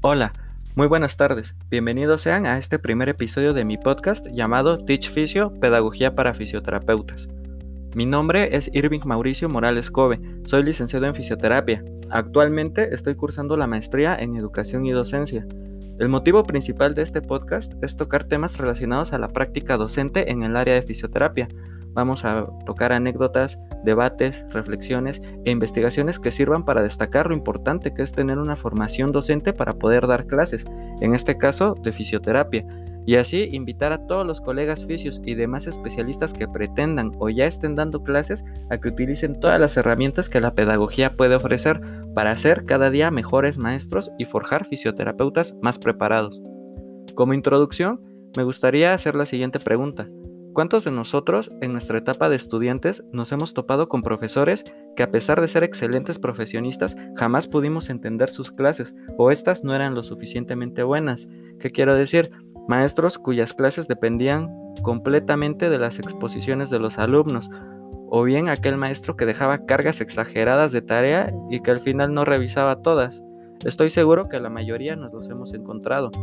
Hola, muy buenas tardes. Bienvenidos sean a este primer episodio de mi podcast llamado Teach Fisio, Pedagogía para Fisioterapeutas. Mi nombre es Irving Mauricio Morales Cove, soy licenciado en fisioterapia. Actualmente estoy cursando la maestría en educación y docencia. El motivo principal de este podcast es tocar temas relacionados a la práctica docente en el área de fisioterapia. Vamos a tocar anécdotas, debates, reflexiones e investigaciones que sirvan para destacar lo importante que es tener una formación docente para poder dar clases, en este caso de fisioterapia, y así invitar a todos los colegas fisios y demás especialistas que pretendan o ya estén dando clases a que utilicen todas las herramientas que la pedagogía puede ofrecer para ser cada día mejores maestros y forjar fisioterapeutas más preparados. Como introducción, me gustaría hacer la siguiente pregunta. ¿Cuántos de nosotros en nuestra etapa de estudiantes nos hemos topado con profesores que, a pesar de ser excelentes profesionistas, jamás pudimos entender sus clases o estas no eran lo suficientemente buenas? ¿Qué quiero decir? Maestros cuyas clases dependían completamente de las exposiciones de los alumnos, o bien aquel maestro que dejaba cargas exageradas de tarea y que al final no revisaba todas. Estoy seguro que la mayoría nos los hemos encontrado.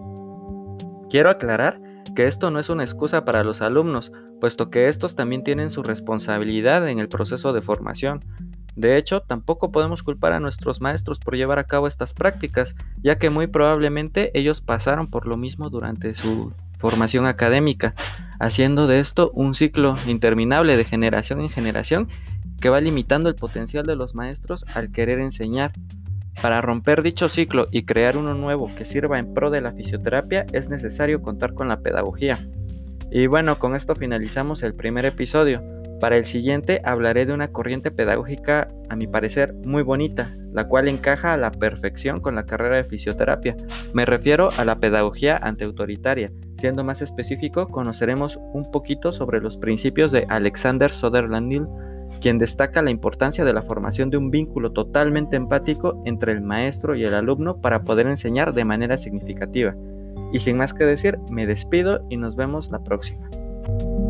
Quiero aclarar que esto no es una excusa para los alumnos, puesto que estos también tienen su responsabilidad en el proceso de formación. De hecho, tampoco podemos culpar a nuestros maestros por llevar a cabo estas prácticas, ya que muy probablemente ellos pasaron por lo mismo durante su formación académica, haciendo de esto un ciclo interminable de generación en generación que va limitando el potencial de los maestros al querer enseñar. Para romper dicho ciclo y crear uno nuevo que sirva en pro de la fisioterapia es necesario contar con la pedagogía. Y bueno, con esto finalizamos el primer episodio. Para el siguiente hablaré de una corriente pedagógica, a mi parecer, muy bonita, la cual encaja a la perfección con la carrera de fisioterapia. Me refiero a la pedagogía antiautoritaria. Siendo más específico, conoceremos un poquito sobre los principios de Alexander Sutherland-Neill, quien destaca la importancia de la formación de un vínculo totalmente empático entre el maestro y el alumno para poder enseñar de manera significativa. Y sin más que decir, me despido y nos vemos la próxima.